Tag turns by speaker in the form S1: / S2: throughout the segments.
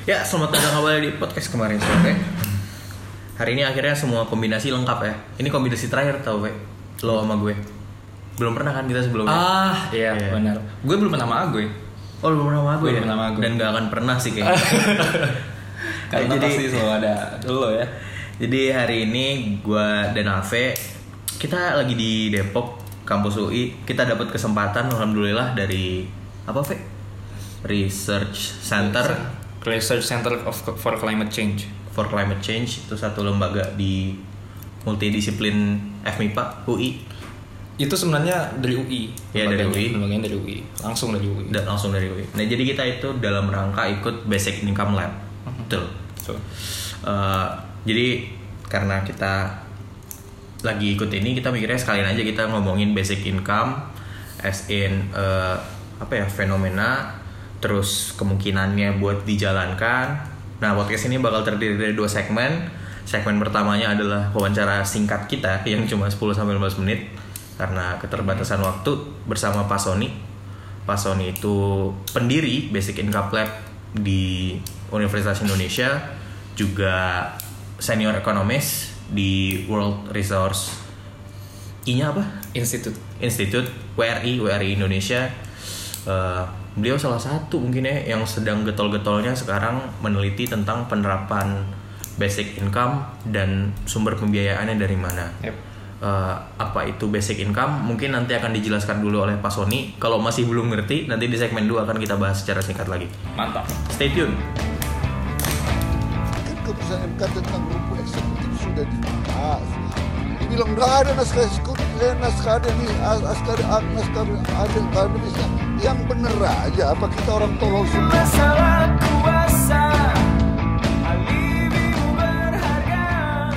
S1: Ya, selamat datang kembali di podcast kemarin sore. Hari ini akhirnya semua kombinasi lengkap ya. Ini kombinasi terakhir tau, Pe. Lo sama gue. Belum pernah kan kita sebelumnya?
S2: Iya. Benar. Gue belum pernah sama gue.
S1: Oh, belum pernah sama gue ya?
S2: Belum pernah sama gue.
S1: Dan gak akan pernah sih kayaknya.
S2: Karena
S1: jadi,
S2: pasti selalu ada lo ya.
S1: Jadi hari ini gue dan Ave, kita lagi di Depok, kampus UI. Kita dapat kesempatan alhamdulillah dari apa, Ve? Research Center
S2: for Climate Change.
S1: For Climate Change, itu satu lembaga di multidisiplin FMIPA UI.
S2: Itu sebenarnya dari UI.
S1: Ya, dari UI.
S2: Lembaganya dari UI. Langsung dari UI.
S1: Dan langsung dari UI. Nah, jadi kita itu dalam rangka ikut Basic Income Lab. Betul. Jadi karena kita lagi ikut ini, kita mikirnya sekalian aja kita ngomongin basic income as in fenomena, terus kemungkinannya buat dijalankan. Nah, podcast ini bakal terdiri dari 2 segmen. Segmen pertamanya adalah wawancara singkat kita yang cuma 10-15 menit karena keterbatasan waktu bersama Pak Sony. Pak Sony itu pendiri Basic Income Lab di Universitas Indonesia, juga senior ekonomis di World Resource I-nya apa? Institute WRI Indonesia. Beliau salah satu mungkin ya yang sedang getol-getolnya sekarang meneliti tentang penerapan basic income dan sumber pembiayaannya dari mana.
S2: Yep.
S1: Apa itu basic income? Mungkin nanti akan dijelaskan dulu oleh Pak Sony. Kalau masih belum ngerti, nanti di segmen 2 akan kita bahas secara singkat lagi.
S2: Mantap.
S1: Stay tune.
S3: Kan keputusan MK tentang grup eksekutif sudah dibahas. Dibilang nggak ada naskah ada nih, naskah akademisnya. Yang bener aja, apa kita orang tolol semua?
S4: Masalah kuasa, alibimu berharga.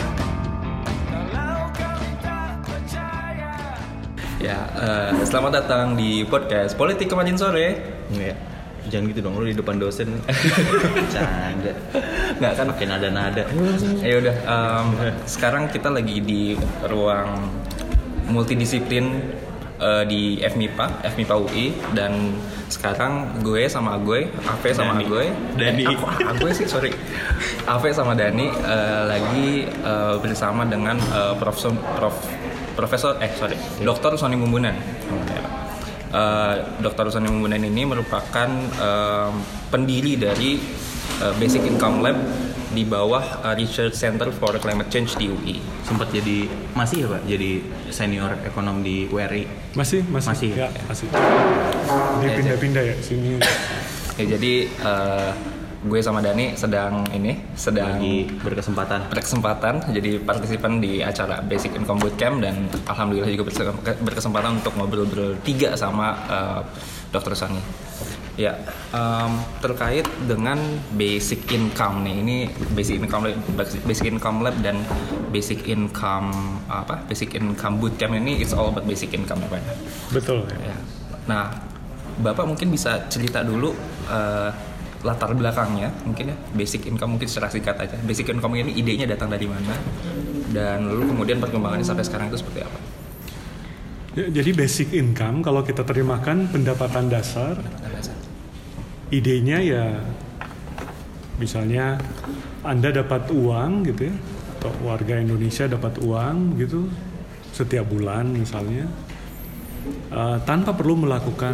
S4: Kalau kau tak percaya.
S2: Ya, selamat datang di podcast Politik Kemarin Sore.
S1: Ya, jangan gitu dong, lu di depan dosen. Canda.
S2: Nggak kan?
S1: Makin nada-nada.
S2: Ya udah, sekarang kita lagi di ruang multidisiplin di FMIPA UI, dan sekarang Ave sama
S1: Dani.
S2: Ave sama Dani lagi bersama dengan Dr. Sony Mumbunan. Dr. Sony Mumbunan ini merupakan pendiri dari Basic Income Lab di bawah Research Center for Climate Change di UI.
S1: Sempat masih ya Pak, jadi senior ekonom di WRI.
S5: Masih.
S1: Ya.
S5: Masih. Dia pindah-pindah ya sini.
S2: Ya, jadi gue sama Dani sedang
S1: lagi berkesempatan
S2: jadi partisipan di acara Basic Income Bootcamp, dan alhamdulillah juga berkesempatan untuk ngobrol bertiga sama Dr. Sony. Ya, terkait dengan basic income nih, ini basic income lab dan basic income bootcamp ini, it's all about basic income ya Pak.
S5: Betul
S2: Ya. Nah, Bapak mungkin bisa cerita dulu latar belakangnya mungkin ya, basic income mungkin secara singkat aja. Basic income ini idenya datang dari mana, dan lalu kemudian perkembangannya sampai sekarang itu seperti apa?
S5: ya, jadi basic income kalau kita terjemahkan pendapatan dasar. Idenya ya misalnya Anda dapat uang gitu ya, atau warga Indonesia dapat uang gitu setiap bulan misalnya, tanpa perlu melakukan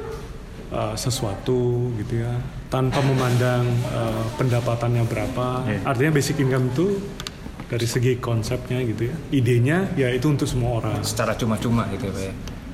S5: sesuatu gitu ya, tanpa memandang pendapatannya berapa. Artinya basic income itu dari segi konsepnya gitu ya, idenya ya itu untuk semua orang
S2: Secara cuma-cuma gitu ya Pak ya?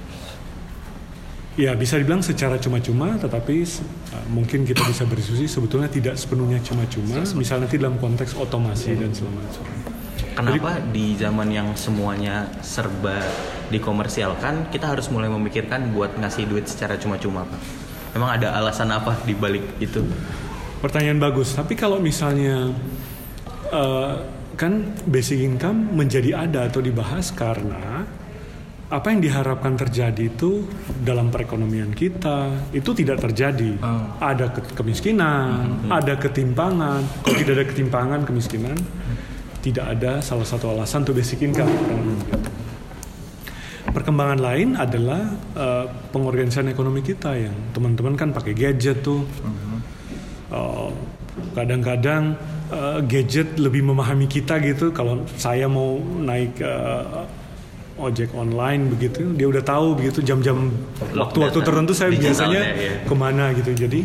S5: Ya, bisa dibilang secara cuma-cuma, tetapi mungkin kita bisa berdiskusi sebetulnya tidak sepenuhnya cuma-cuma, misalnya nanti dalam konteks otomasi dan segala macam.
S1: Kenapa di zaman yang semuanya serba dikomersialkan, kita harus mulai memikirkan buat ngasih duit secara cuma-cuma, Pak? Emang ada alasan apa di balik itu?
S5: Pertanyaan bagus, tapi kalau misalnya kan basic income menjadi ada atau dibahas karena apa yang diharapkan terjadi itu dalam perekonomian kita itu tidak terjadi. Ada kemiskinan, ada ketimpangan. Kalau tidak ada ketimpangan, kemiskinan, tidak ada salah satu alasan untuk basic income. Perkembangan lain adalah pengorganisasian ekonomi kita, yang teman-teman kan pakai gadget tuh, Kadang-kadang gadget lebih memahami kita gitu. Kalau saya mau naik ojek online begitu, dia udah tahu begitu jam-jam waktu-waktu tertentu saya biasanya kemana gitu. Jadi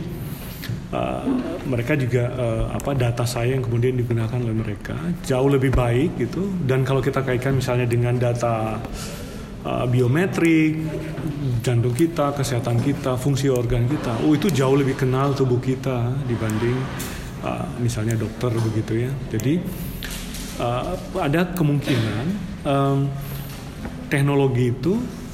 S5: mereka juga data saya yang kemudian digunakan oleh mereka jauh lebih baik gitu. Dan kalau kita kaitkan misalnya dengan data biometrik, jantung kita, kesehatan kita, fungsi organ kita, itu jauh lebih kenal tubuh kita dibanding misalnya dokter begitu ya. Jadi ada kemungkinan teknologi itu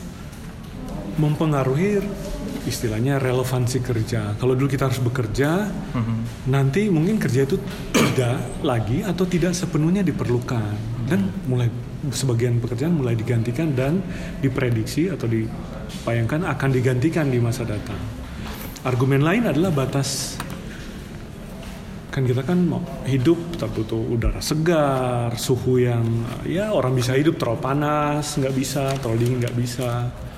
S5: mempengaruhi istilahnya relevansi kerja. Kalau dulu kita harus bekerja, nanti mungkin kerja itu tidak lagi atau tidak sepenuhnya diperlukan, dan mulai sebagian pekerjaan mulai digantikan dan diprediksi atau dibayangkan akan digantikan di masa datang. Argumen lain adalah batas. Kan kita kan mau hidup kita butuh udara segar, suhu yang ya orang bisa hidup terlalu panas nggak bisa, terlalu dingin nggak bisa.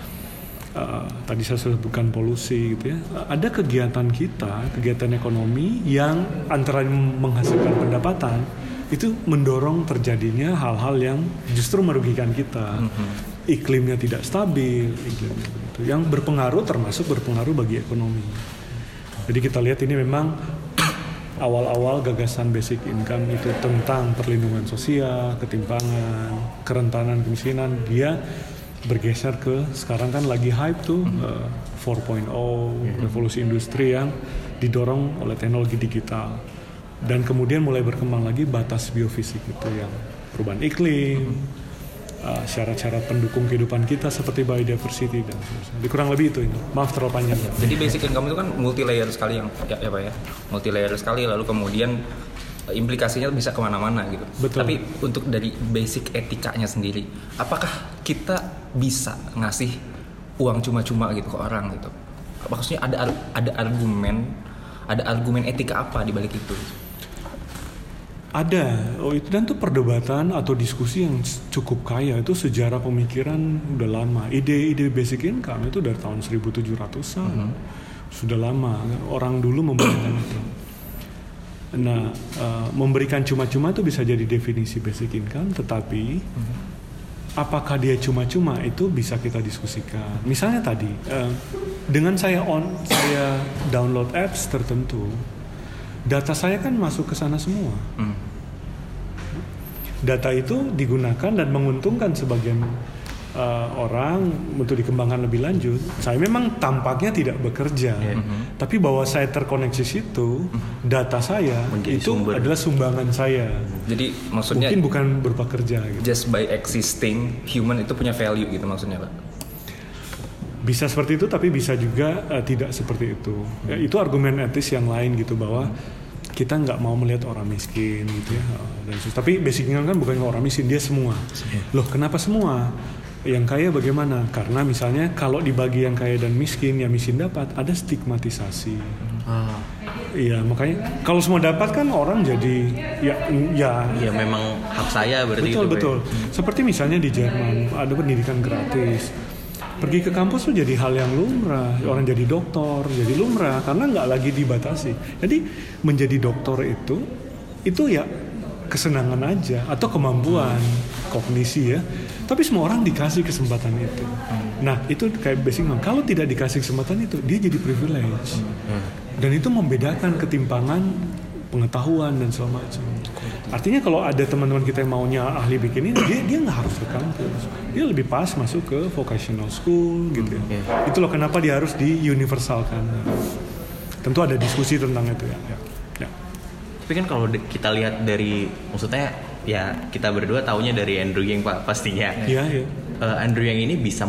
S5: Tadi saya sudah sebutkan polusi gitu ya. Ada kegiatan kita, kegiatan ekonomi yang antara menghasilkan pendapatan itu mendorong terjadinya hal-hal yang justru merugikan kita. Iklimnya tidak stabil, yang berpengaruh termasuk berpengaruh bagi ekonomi. Jadi kita lihat ini memang awal-awal gagasan basic income itu tentang perlindungan sosial, ketimpangan, kerentanan kemiskinan, dia bergeser ke sekarang kan lagi hype tuh 4.0, revolusi industri yang didorong oleh teknologi digital. Dan kemudian mulai berkembang lagi batas biofisik itu yang perubahan iklim, syarat-syarat pendukung kehidupan kita seperti biodiversity dan sebagainya. Jadi kurang lebih itu ini. Maaf terlalu panjang.
S2: Jadi basic income itu kan multi layer sekali yang ya Pak ya. Multi layer sekali, lalu kemudian implikasinya bisa kemana-mana gitu.
S5: Betul.
S2: Tapi untuk dari basic etikanya sendiri, apakah kita bisa ngasih uang cuma-cuma gitu ke orang gitu? Maksudnya ada argumen etika apa di balik itu?
S5: Ada, itu dan tuh perdebatan atau diskusi yang cukup kaya. Itu sejarah pemikiran udah lama. Ide-ide basic income itu dari tahun 1700-an. Sudah lama, orang dulu memberikan itu. Nah, memberikan cuma-cuma itu bisa jadi definisi basic income, tetapi apakah dia cuma-cuma itu bisa kita diskusikan. Misalnya tadi, dengan saya download apps tertentu, data saya kan masuk ke sana semua. Data itu digunakan dan menguntungkan sebagian orang untuk dikembangkan lebih lanjut. Saya memang tampaknya tidak bekerja, tapi bahwa saya terkoneksi situ, data saya menjadi itu sumber. Adalah sumbangan saya.
S2: Jadi maksudnya
S5: mungkin bukan berupa kerja. Gitu.
S2: Just by existing, human itu punya value gitu maksudnya Pak?
S5: Bisa seperti itu, tapi bisa juga tidak seperti itu. Ya, itu argumen etis yang lain gitu bahwa kita nggak mau melihat orang miskin gitu ya. Tapi basicnya kan bukan orang miskin, dia semua. Loh kenapa semua? Yang kaya bagaimana? Karena misalnya kalau dibagi yang kaya dan miskin, yang miskin dapat, ada stigmatisasi. Iya, makanya kalau semua dapat kan orang jadi ya
S1: memang hak saya berarti.
S5: Betul. Seperti misalnya di Jerman ada pendidikan gratis. Pergi ke kampus tuh jadi hal yang lumrah. Orang jadi dokter jadi lumrah karena nggak lagi dibatasi. Jadi menjadi dokter itu ya kesenangan aja atau kemampuan kognisi ya. Tapi semua orang dikasih kesempatan itu. Nah itu kayak basic income. Kalau tidak dikasih kesempatan itu, dia jadi privilege. Dan itu membedakan ketimpangan pengetahuan dan segala macam. Artinya kalau ada teman-teman kita yang maunya ahli bikin ini, dia nggak harus ke kampus. Dia lebih pas masuk ke vocational school gitu ya. Itulah kenapa dia harus diuniversalkan. Tentu ada diskusi tentang itu ya.
S1: Tapi kan kalau kita lihat dari, maksudnya ya kita berdua taunya dari Andrew Yang Pak pastinya.
S5: Iya.
S1: Andrew Yang ini bisa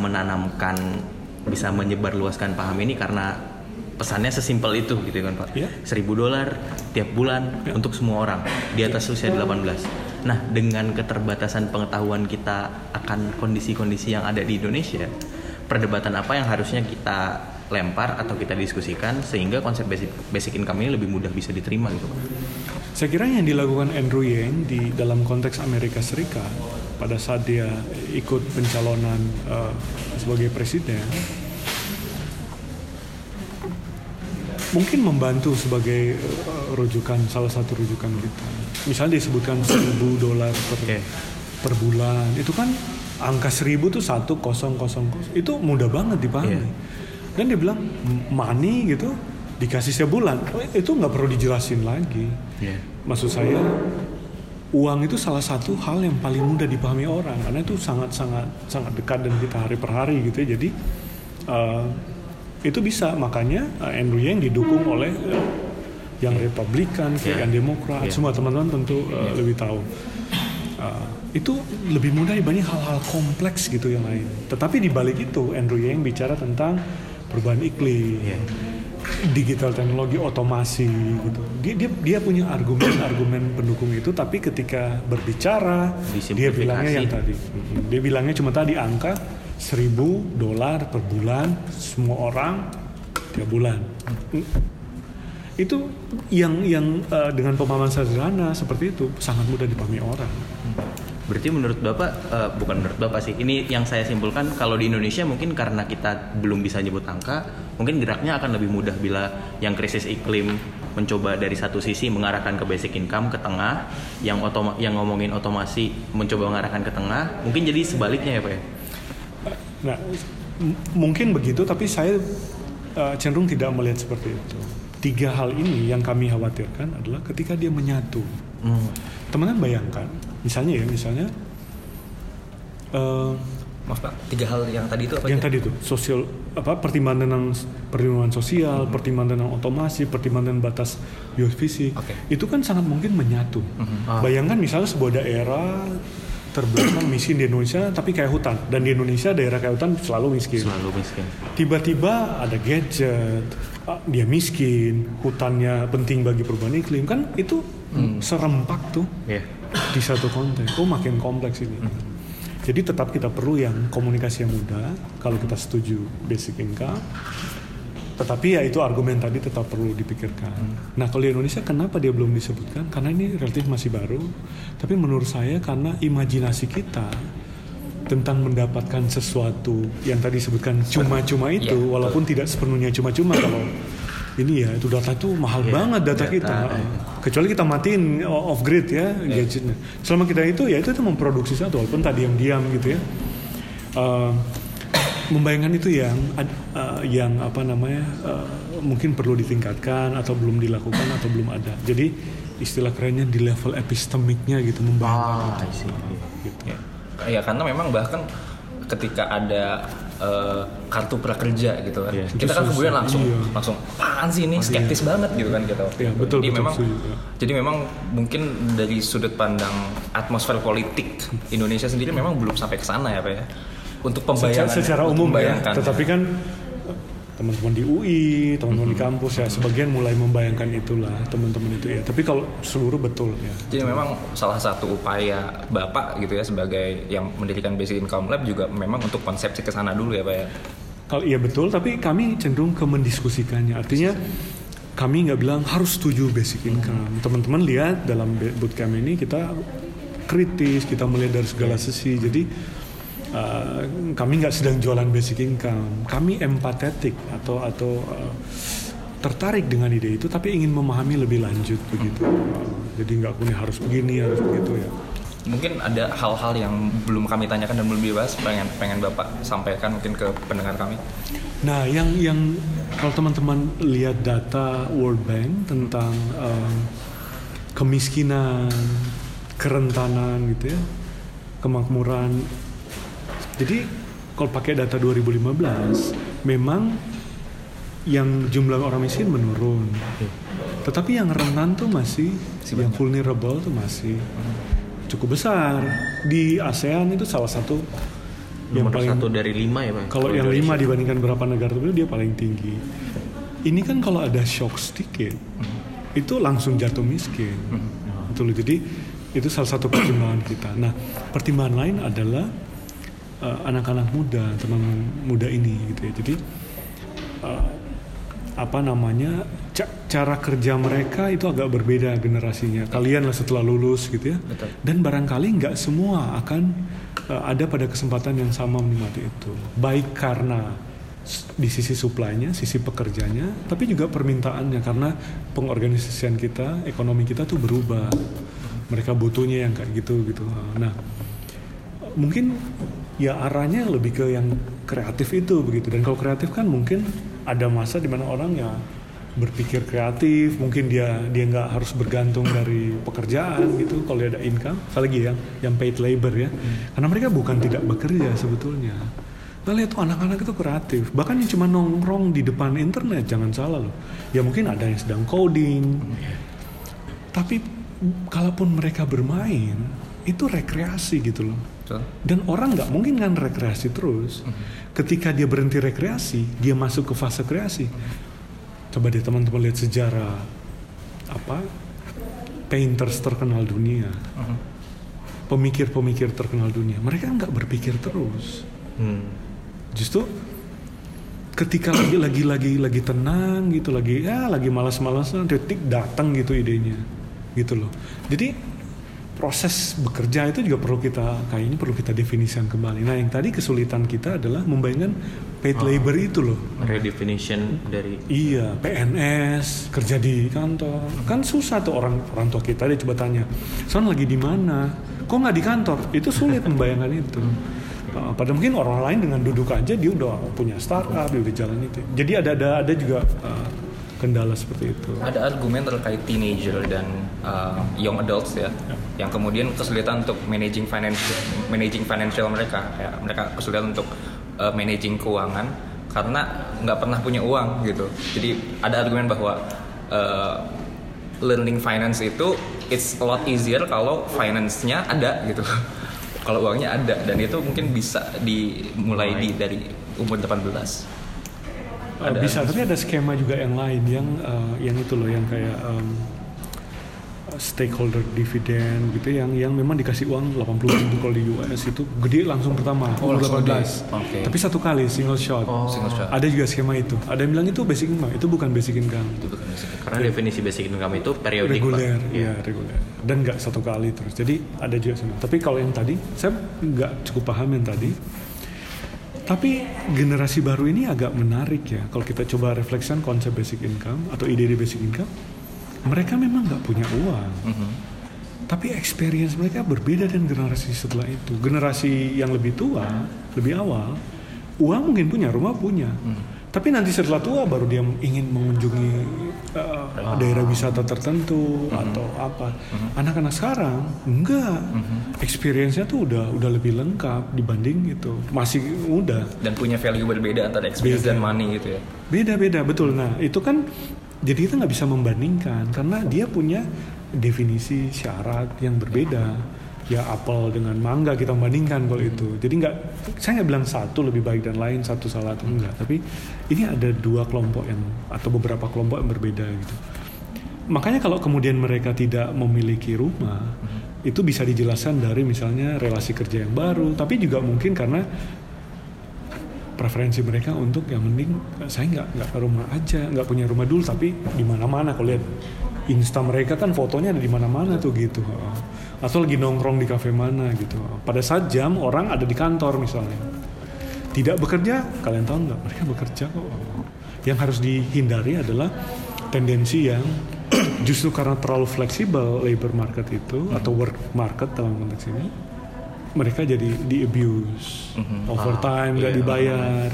S1: bisa menyebarluaskan paham ini karena pesannya sesimpel itu gitu kan Pak. $1,000 tiap bulan untuk semua orang di atas usia 18. Nah, dengan keterbatasan pengetahuan kita akan kondisi-kondisi yang ada di Indonesia, perdebatan apa yang harusnya kita lempar atau kita diskusikan sehingga konsep basic income ini lebih mudah bisa diterima gitu Pak.
S5: Saya kira yang dilakukan Andrew Yang di dalam konteks Amerika Serikat pada saat dia ikut pencalonan sebagai presiden, mungkin membantu sebagai rujukan, salah satu rujukan kita. Misalnya disebutkan $1,000 per bulan, itu kan angka 1.000 tuh 1,000 itu mudah banget dipahami. Dan dia bilang money gitu dikasih sebulan, itu nggak perlu dijelasin lagi. Maksud saya uang itu salah satu hal yang paling mudah dipahami orang karena itu sangat dekat dan kita hari per hari gitu ya. Jadi itu bisa, makanya Andrew Yang didukung oleh yang Republikan, yang Demokrat, semua teman-teman tentu lebih tahu. Itu lebih mudah dibanding hal-hal kompleks gitu yang lain. Tetapi di balik itu Andrew Yang bicara tentang perubahan iklim, digital teknologi, otomasi gitu. Dia punya argumen pendukung itu, tapi ketika berbicara dia bilangnya yang tadi. Dia bilangnya cuma tadi angka $1.000 per bulan semua orang 3 bulan. Itu yang dengan pemahaman sederhana seperti itu sangat mudah dipahami orang.
S1: Berarti menurut Bapak, bukan menurut Bapak sih, ini yang saya simpulkan, kalau di Indonesia mungkin karena kita belum bisa nyebut angka, mungkin geraknya akan lebih mudah bila yang krisis iklim mencoba dari satu sisi mengarahkan ke basic income ke tengah, yang ngomongin otomasi mencoba mengarahkan ke tengah, mungkin jadi sebaliknya ya Pak ya?
S5: Nah, mungkin begitu, tapi saya cenderung tidak melihat seperti itu. 3 hal ini yang kami khawatirkan adalah ketika dia menyatu. Teman-teman bayangkan, misalnya
S2: Maaf Pak, 3 hal yang tadi itu apa?
S5: Yang tadi itu sosial, pertimbangan tentang perlindungan sosial, pertimbangan tentang otomasi, pertimbangan batas biofisik, itu kan sangat mungkin menyatu. Bayangkan misalnya sebuah daerah terbelakang miskin di Indonesia tapi kayak hutan, dan di Indonesia daerah kayak hutan selalu miskin. Tiba-tiba ada gadget, dia miskin, hutannya penting bagi perubahan iklim, kan itu serempak tuh di satu konteks. Makin kompleks ini. Jadi tetap kita perlu yang komunikasi yang mudah kalau kita setuju basic income. Tetapi ya itu argumen tadi tetap perlu dipikirkan. Nah kalau di Indonesia kenapa dia belum disebutkan? Karena ini relatif masih baru. Tapi menurut saya karena imajinasi kita tentang mendapatkan sesuatu yang tadi disebutkan cuma-cuma itu, walaupun tidak sepenuhnya cuma-cuma. Kalau ini ya, itu data itu mahal banget data kita. Kecuali kita matiin off grid ya gadgetnya. Selama kita itu ya itu memproduksi satu, walaupun tadi yang diam gitu ya. Membayangkan itu yang mungkin perlu ditingkatkan atau belum dilakukan atau belum ada. Jadi istilah kerennya di level epistemiknya gitu, membayangkan itu. Gitu.
S2: Ya karena memang bahkan ketika ada kartu prakerja gitu kan, kita kan kemudian langsung apaan sih ini, skeptis banget gitu kan gitu.
S5: Betul,
S2: jadi memang mungkin dari sudut pandang atmosfer politik Indonesia sendiri memang belum sampai ke sana ya Pak ya. Untuk pembayangan
S5: secara umum ya, tetapi kan teman-teman di UI, teman-teman di kampus ya sebagian mulai membayangkan itulah teman-teman itu ya. Tapi kalau seluruh betul ya.
S2: Jadi memang salah satu upaya Bapak gitu ya sebagai yang mendirikan Basic Income Lab juga memang untuk konsepsi ke sana dulu ya Pak ya.
S5: Kalau iya betul, tapi kami cenderung ke mendiskusikannya. Artinya kami nggak bilang harus setuju basic income. Teman-teman lihat dalam bootcamp ini kita kritis, kita melihat dari segala sisi. Jadi kami nggak sedang jualan basic income, kami empatetik atau tertarik dengan ide itu, tapi ingin memahami lebih lanjut begitu. Jadi nggak punya harus begini, harus begitu ya.
S2: Mungkin ada hal-hal yang belum kami tanyakan dan belum dibahas, pengen Bapak sampaikan mungkin ke pendengar kami.
S5: Nah, yang kalau teman-teman lihat data World Bank tentang kemiskinan, kerentanan gitu ya, kemakmuran. Jadi kalau pakai data 2015 memang yang jumlah orang miskin menurun, tetapi yang rentan tuh masih yang vulnerable tuh masih cukup besar. Di ASEAN itu salah satu yang paling
S1: 1 dari 5 ya Pak.
S5: Kalau yang 5 dibandingkan berapa negara itu dia paling tinggi. Ini kan kalau ada shock sedikit itu langsung jatuh miskin. Betul. Jadi itu salah satu pertimbangan kita. Nah, pertimbangan lain adalah anak-anak muda, teman muda ini gitu ya. Jadi cara kerja mereka itu agak berbeda generasinya. Kalian lah setelah lulus gitu ya. Betul. Dan barangkali nggak semua akan ada pada kesempatan yang sama menikmati itu. Baik karena di sisi supply-nya, sisi pekerjanya, tapi juga permintaannya karena pengorganisasian kita, ekonomi kita tuh berubah. Mereka butuhnya yang kayak gitu. Nah, mungkin ya arahnya lebih ke yang kreatif itu begitu. Dan kalau kreatif kan mungkin ada masa di mana orang ya berpikir kreatif, mungkin dia nggak harus bergantung dari pekerjaan gitu. Kalau dia ada income, apalagi yang paid labor ya, karena mereka bukan tidak bekerja sebetulnya. Kita lihat tuh anak-anak itu kreatif, bahkan yang cuma nongkrong di depan internet, jangan salah loh. Ya mungkin ada yang sedang coding, tapi kalaupun mereka bermain itu rekreasi gitu loh. Dan orang nggak mungkin kan rekreasi terus. Ketika dia berhenti rekreasi, dia masuk ke fase kreasi. Coba deh teman-teman lihat sejarah painters terkenal dunia, pemikir-pemikir terkenal dunia. Mereka nggak berpikir terus. Justru ketika lagi tenang gitu, lagi malas-malasan, titik datang gitu idenya, gitu loh. Jadi proses bekerja itu juga perlu kita definisikan kembali. Nah, yang tadi kesulitan kita adalah membayangkan paid labor itu loh.
S1: Redefinition dari
S5: PNS kerja di kantor kan susah tuh. Orang tua kita dia coba tanya, "Son lagi di mana? Kok nggak di kantor?" Itu sulit membayangkan itu. Padahal mungkin orang lain dengan duduk aja dia udah punya startup, dia udah jalan itu. Jadi ada juga kendala seperti itu.
S2: Ada argumen terkait teenager dan young adults ya, yang kemudian kesulitan untuk managing financial mereka. Ya, mereka kesulitan untuk managing keuangan karena nggak pernah punya uang gitu. Jadi ada argumen bahwa learning finance itu it's a lot easier kalau finance-nya ada gitu. Kalau uangnya ada, dan itu mungkin bisa dimulai dari umur 18.
S5: Bisa, tapi ada skema juga yang lain yang itu loh, yang kayak stakeholder dividend gitu, yang memang dikasih uang 80.000 kalau di US itu gede langsung pertama umur 18.
S2: Okay.
S5: Tapi satu kali single shot. Ada juga skema itu. Ada yang bilang itu basic income, itu bukan basic income.
S1: Karena definisi basic income itu periodik,
S5: reguler, reguler. Dan nggak satu kali terus. Jadi ada juga sama. Tapi kalau yang tadi saya nggak cukup paham yang tadi. Tapi generasi baru ini agak menarik ya. Kalau kita coba refleksikan konsep basic income atau ide basic income, mereka memang nggak punya uang. Tapi experience mereka berbeda dengan generasi setelah itu. Generasi yang lebih tua, lebih awal, uang mungkin punya, rumah punya. Tapi nanti setelah tua baru dia ingin mengunjungi daerah wisata tertentu atau apa. Anak-anak sekarang enggak. Experience-nya tuh udah lebih lengkap dibanding itu. Masih muda.
S2: Dan punya value berbeda antara experience dan money gitu ya.
S5: Beda-beda, betul. Nah, itu kan jadi kita nggak bisa membandingkan karena dia punya definisi syarat yang berbeda. Ya apel dengan mangga kita bandingkan kalau itu. Jadi saya nggak bilang satu lebih baik dan lain, satu salah atau enggak. Tapi ini ada dua kelompok atau beberapa kelompok yang berbeda gitu. Makanya kalau kemudian mereka tidak memiliki rumah, itu bisa dijelaskan dari misalnya relasi kerja yang baru. Tapi juga mungkin karena preferensi mereka untuk yang mending saya nggak ke rumah aja, nggak punya rumah dulu tapi di mana-mana. Kalau lihat Insta mereka kan fotonya ada di mana-mana tuh gitu. Atau lagi nongkrong di kafe mana gitu. Pada saat jam orang ada di kantor misalnya. Tidak bekerja, kalian tahu nggak? Mereka bekerja kok. Yang harus dihindari adalah tendensi yang justru karena terlalu fleksibel labor market itu atau work market dalam konteks ini, mereka jadi di abuse, overtime nggak dibayar.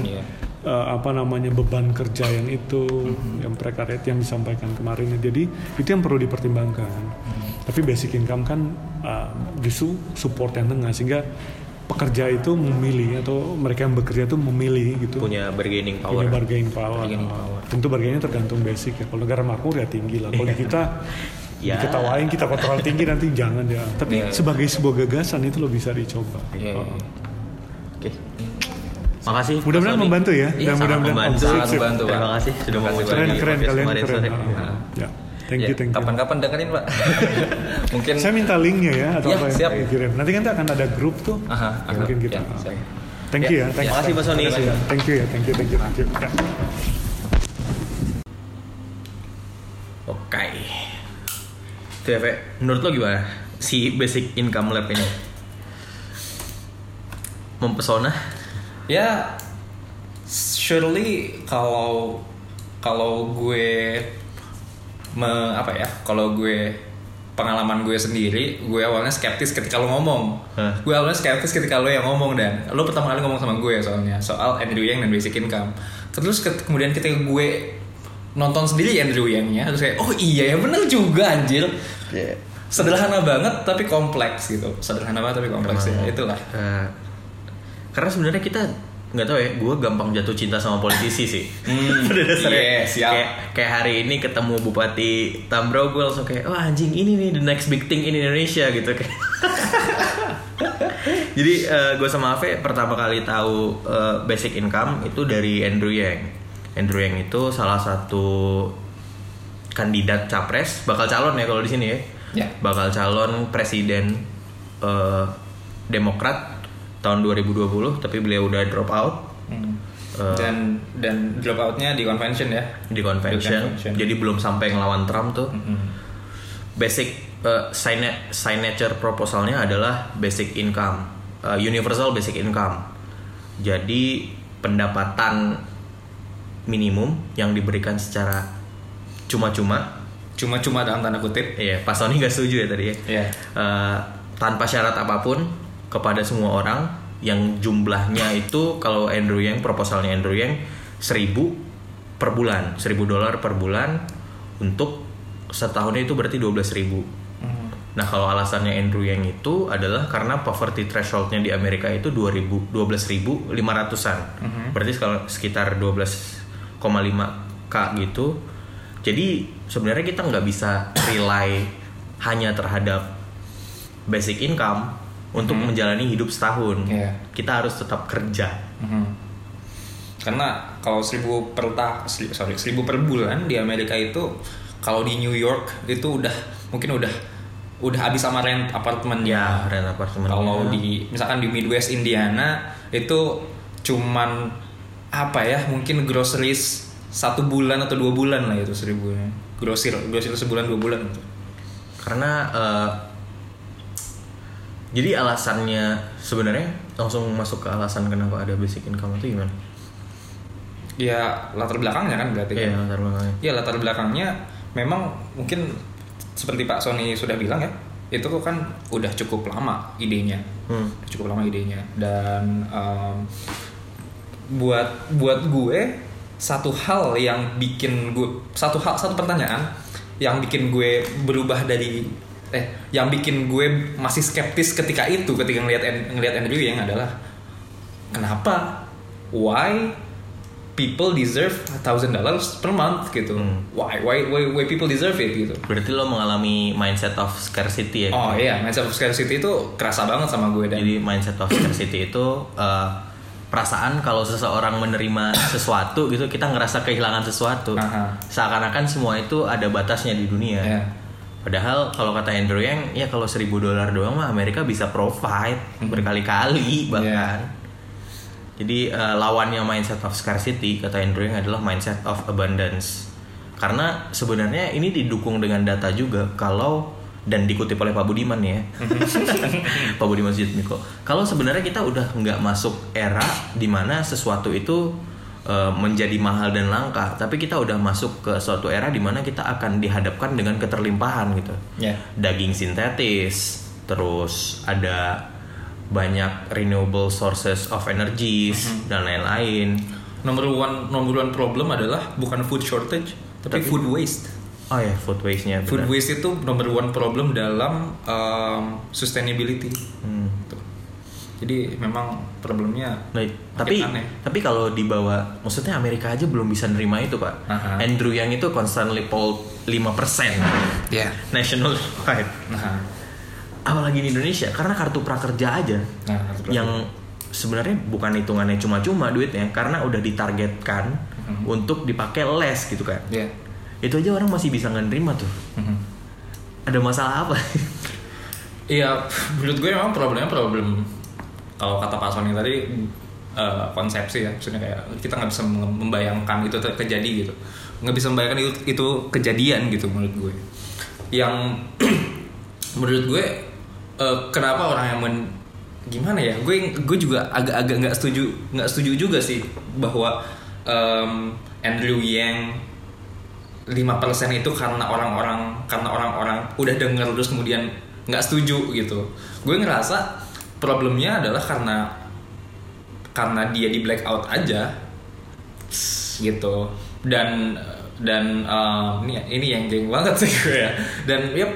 S5: Beban kerja yang itu, yang prekariat yang disampaikan kemarin. Jadi itu yang perlu dipertimbangkan. Tapi basic income kan justru support yang tengah sehingga pekerja itu memilih atau mereka yang bekerja itu memilih gitu.
S1: Punya bargaining power.
S5: Tentu bargainingnya tergantung basic ya. Kalau negara makmur ya tinggi lah. Kalau kita diketawain kita kontrol tinggi nanti jangan ya. Tapi sebagai sebuah gagasan itu lo bisa dicoba.
S1: Oke. Makasih.
S5: Mudah-mudahan membantu ya.
S1: Mudah-mudahan membantu. Terima kasih sudah mau
S5: keren kalian keren. Ya. Thank you.
S2: Kapan-kapan dengerin Pak. Mungkin
S5: saya minta linknya ya atau apa
S2: siap.
S5: yang kirim. Nanti kan akan ada grup tuh. Mungkin kita. Thank you ya.
S1: Terima kasih Pak Sony.
S5: Thank you.
S1: Oke. TV, menurut lo gimana si basic income lab ini? Mempesona?
S2: Ya, surely kalau gue kalau gue pengalaman gue sendiri, gue awalnya skeptis ketika lo ngomong. Gue awalnya skeptis ketika lo yang ngomong, dan lo pertama kali ngomong sama gue soal Andrew Yang dan basic income. Terus kemudian ketika gue nonton sendiri Andrew Yang-nya, terus kayak oh iya ya bener juga anjir. Sederhana banget tapi kompleks gitu. Sederhana banget tapi kompleks. Ya itulah.
S1: Karena sebenarnya kita nggak tahu ya, gue gampang jatuh cinta sama politisi sih. Pada dasarnya kayak hari ini ketemu Bupati Tambrau, gue langsung kayak oh anjing ini nih the next big thing in Indonesia gitu kayak. Jadi gue sama Ave pertama kali tahu basic income itu dari Andrew Yang. Andrew Yang itu salah satu kandidat capres, bakal calon ya kalau di sini ya. Bakal calon presiden Demokrat tahun 2020, tapi beliau udah drop out.
S2: Dan drop outnya di convention ya.
S1: Di convention. Jadi belum sampai ngelawan Trump tuh. Basic signature proposalnya adalah basic income, universal basic income. Jadi pendapatan minimum yang diberikan secara cuma-cuma
S2: dalam tanda kutip.
S1: Iya, Pak Sony nggak setuju ya tadi ya.
S2: Iya.
S1: Tanpa syarat apapun kepada semua orang, yang jumlahnya itu kalau Andrew Yang, proposalnya Andrew Yang $1,000 per bulan, $1,000 per bulan, untuk setahunnya itu berarti 12.000. Nah kalau alasannya Andrew Yang itu adalah karena poverty thresholdnya di Amerika itu 12.500-an, berarti sekitar 12,5K gitu. Jadi sebenarnya kita nggak bisa rely hanya terhadap basic income untuk menjalani hidup setahun. Kita harus tetap kerja.
S2: Karena kalau 1.000 per bulan di Amerika itu, kalau di New York itu mungkin udah habis sama rent apartemen.
S1: Ya, rent apartemen.
S2: Kalau misalkan di Midwest Indiana itu cuman mungkin groceries 1 bulan atau 2 bulan lah itu 1.000-nya. Grosir sebulan 2 bulan.
S1: Karena jadi alasannya sebenarnya langsung masuk ke alasan kenapa ada basic income itu gimana?
S2: Ya latar belakangnya kan berarti.
S1: Iya, latar belakangnya.
S2: Ya latar belakangnya memang mungkin seperti Pak Sony sudah bilang ya, itu kan udah cukup lama idenya. Dan buat gue satu pertanyaan yang bikin gue berubah yang bikin gue masih skeptis ketika ngelihat Andrew Yang adalah kenapa, why people deserve $1,000 per month gitu. Why people deserve it gitu.
S1: Berarti lo mengalami mindset of scarcity ya?
S2: Oh iya, mindset of scarcity itu kerasa banget sama gue.
S1: Jadi mindset of scarcity itu perasaan kalau seseorang menerima sesuatu gitu, kita ngerasa kehilangan sesuatu. Seakan-akan semua itu ada batasnya di dunia. Padahal kalau kata Andrew Yang, ya kalau $1,000 doang mah Amerika bisa provide berkali-kali bahkan. Jadi lawannya mindset of scarcity kata Andrew Yang adalah mindset of abundance. Karena sebenarnya ini didukung dengan data juga dan dikutip oleh Pak Budiman ya. Pak Budiman Sujatmiko. Kalau sebenarnya kita udah nggak masuk era di mana sesuatu itu menjadi mahal dan langka, tapi kita udah masuk ke suatu era di mana kita akan dihadapkan dengan keterlimpahan gitu. Daging sintetis, terus ada banyak renewable sources of energies dan lain-lain.
S2: Number one problem adalah bukan food shortage, tapi food waste.
S1: Oh ya, food waste-nya.
S2: Food waste itu number one problem dalam sustainability. Jadi memang problemnya
S1: aneh. Tapi kalau dibawa, maksudnya Amerika aja belum bisa nerima itu Pak. Andrew Yang itu constantly polled 5% national wide. Apalagi di Indonesia, karena kartu prakerja aja yang sebenarnya bukan hitungannya cuma-cuma duitnya, karena udah ditargetkan untuk dipakai les gitu kan. Itu aja orang masih bisa nerima tuh. Ada masalah apa?
S2: Iya, menurut gue memang problemnya kalau kata Pak Sony tadi konsepsi ya, maksudnya kayak kita nggak bisa membayangkan itu terjadi gitu, nggak bisa membayangkan itu kejadian gitu menurut gue. Yang menurut gue kenapa orang yang gimana ya, gue juga agak-agak nggak setuju juga sih bahwa Andrew Yang 5% itu karena orang-orang udah denger terus kemudian nggak setuju gitu. Gue ngerasa problemnya adalah karena dia di blackout aja gitu. Dan ini yang jeng banget sih gue ya. Dan ya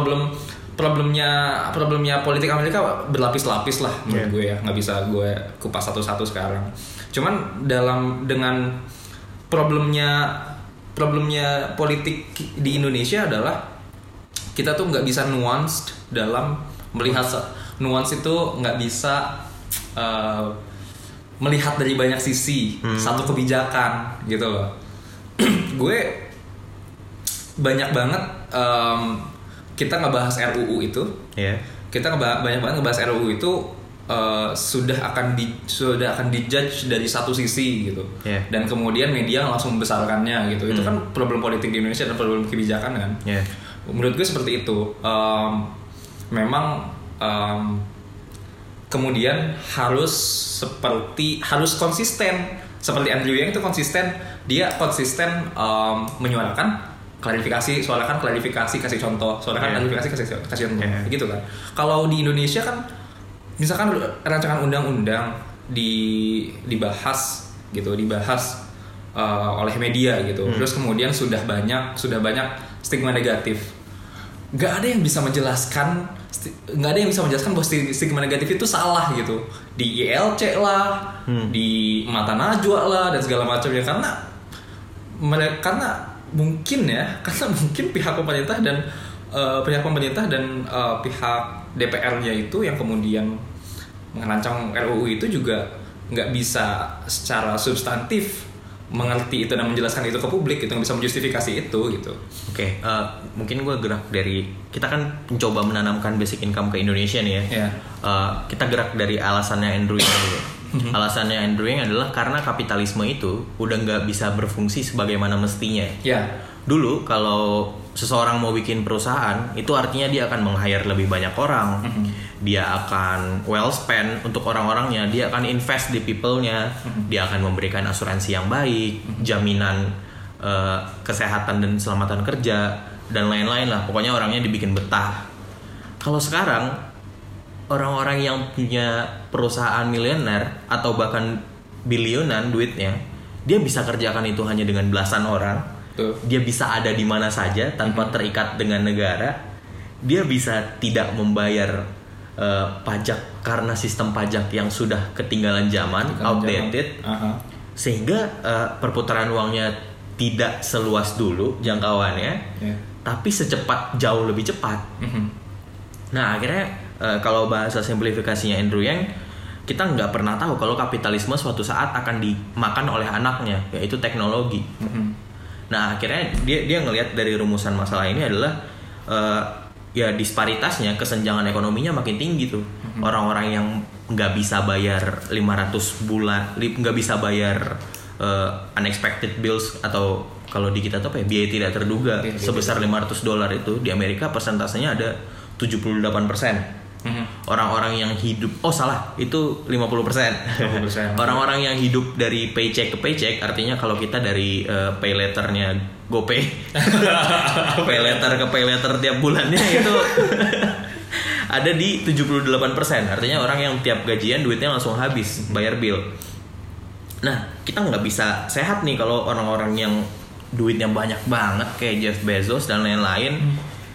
S2: problemnya politik Amerika berlapis-lapis lah menurut gue ya, nggak bisa gue kupas satu-satu sekarang. Cuman dengan problemnya politik di Indonesia adalah kita tuh nggak bisa nuanced dalam melihat. Nuance itu nggak bisa melihat dari banyak sisi satu kebijakan gitu loh. Gue banyak banget kita ngebahas RUU itu, kita banyak banget ngebahas RUU itu sudah akan dijudge dari satu sisi gitu, dan kemudian media langsung membesarkannya gitu. Itu kan problem politik di Indonesia dan problem kebijakan kan. Menurut gue seperti itu. Memang kemudian harus konsisten seperti Andrew Yang itu konsisten menyuarakan klarifikasi, suarakan klarifikasi, kasih contoh, suarakan klarifikasi, kasih contoh, gitu kan. Kalau di Indonesia kan misalkan rancangan undang-undang dibahas oleh media gitu, terus kemudian sudah banyak stigma negatif. Nggak ada yang bisa menjelaskan bahwa stigma negatif itu salah gitu di ILC lah, di Mata Najwa lah dan segala macamnya, karena mungkin pihak pemerintah dan pihak DPR-nya itu yang kemudian merancang RUU itu juga nggak bisa secara substantif mengerti itu dan menjelaskan itu ke publik, itu nggak bisa menjustifikasi itu gitu.
S1: Oke, mungkin gue gerak dari, kita kan mencoba menanamkan basic income ke Indonesia nih ya. Kita gerak dari alasannya Andrew Yang dulu. Alasannya Andrew Yang adalah karena kapitalisme itu udah nggak bisa berfungsi sebagaimana mestinya. Dulu kalau seseorang mau bikin perusahaan, itu artinya dia akan meng-hire lebih banyak orang, dia akan well spend untuk orang-orangnya, dia akan invest di people-nya, dia akan memberikan asuransi yang baik, jaminan kesehatan dan keselamatan kerja, dan lain-lain lah. Pokoknya orangnya dibikin betah. Kalau sekarang, orang-orang yang punya perusahaan miliuner atau bahkan bilionan duitnya, dia bisa kerjakan itu hanya dengan belasan orang. Dia bisa ada di mana saja tanpa terikat dengan negara. Dia bisa tidak membayar pajak karena sistem pajak yang sudah ketinggalan zaman, outdated. Sehingga perputaran uangnya tidak seluas dulu jangkauannya, tapi jauh lebih cepat. Nah akhirnya kalau bahasa simplifikasinya Andrew Yang, kita nggak pernah tahu kalau kapitalisme suatu saat akan dimakan oleh anaknya, yaitu teknologi. Nah akhirnya dia ngelihat dari rumusan masalah ini adalah ya disparitasnya, kesenjangan ekonominya makin tinggi tuh. Orang-orang yang nggak bisa bayar 500 bulan, nggak bisa bayar unexpected bills, atau kalau di kita tuh apa ya, biaya tidak terduga sebesar $500 itu, di Amerika persentasenya ada 78%. Orang-orang yang hidup, itu 50%. Orang-orang yang hidup dari paycheck ke paycheck, artinya kalau kita dari pay letternya GoPay, pay letter ke pay letter tiap bulannya itu ada di 78%. Artinya orang yang tiap gajian duitnya langsung habis bayar bill. Nah kita nggak bisa sehat nih kalau orang-orang yang duitnya banyak banget kayak Jeff Bezos dan lain-lain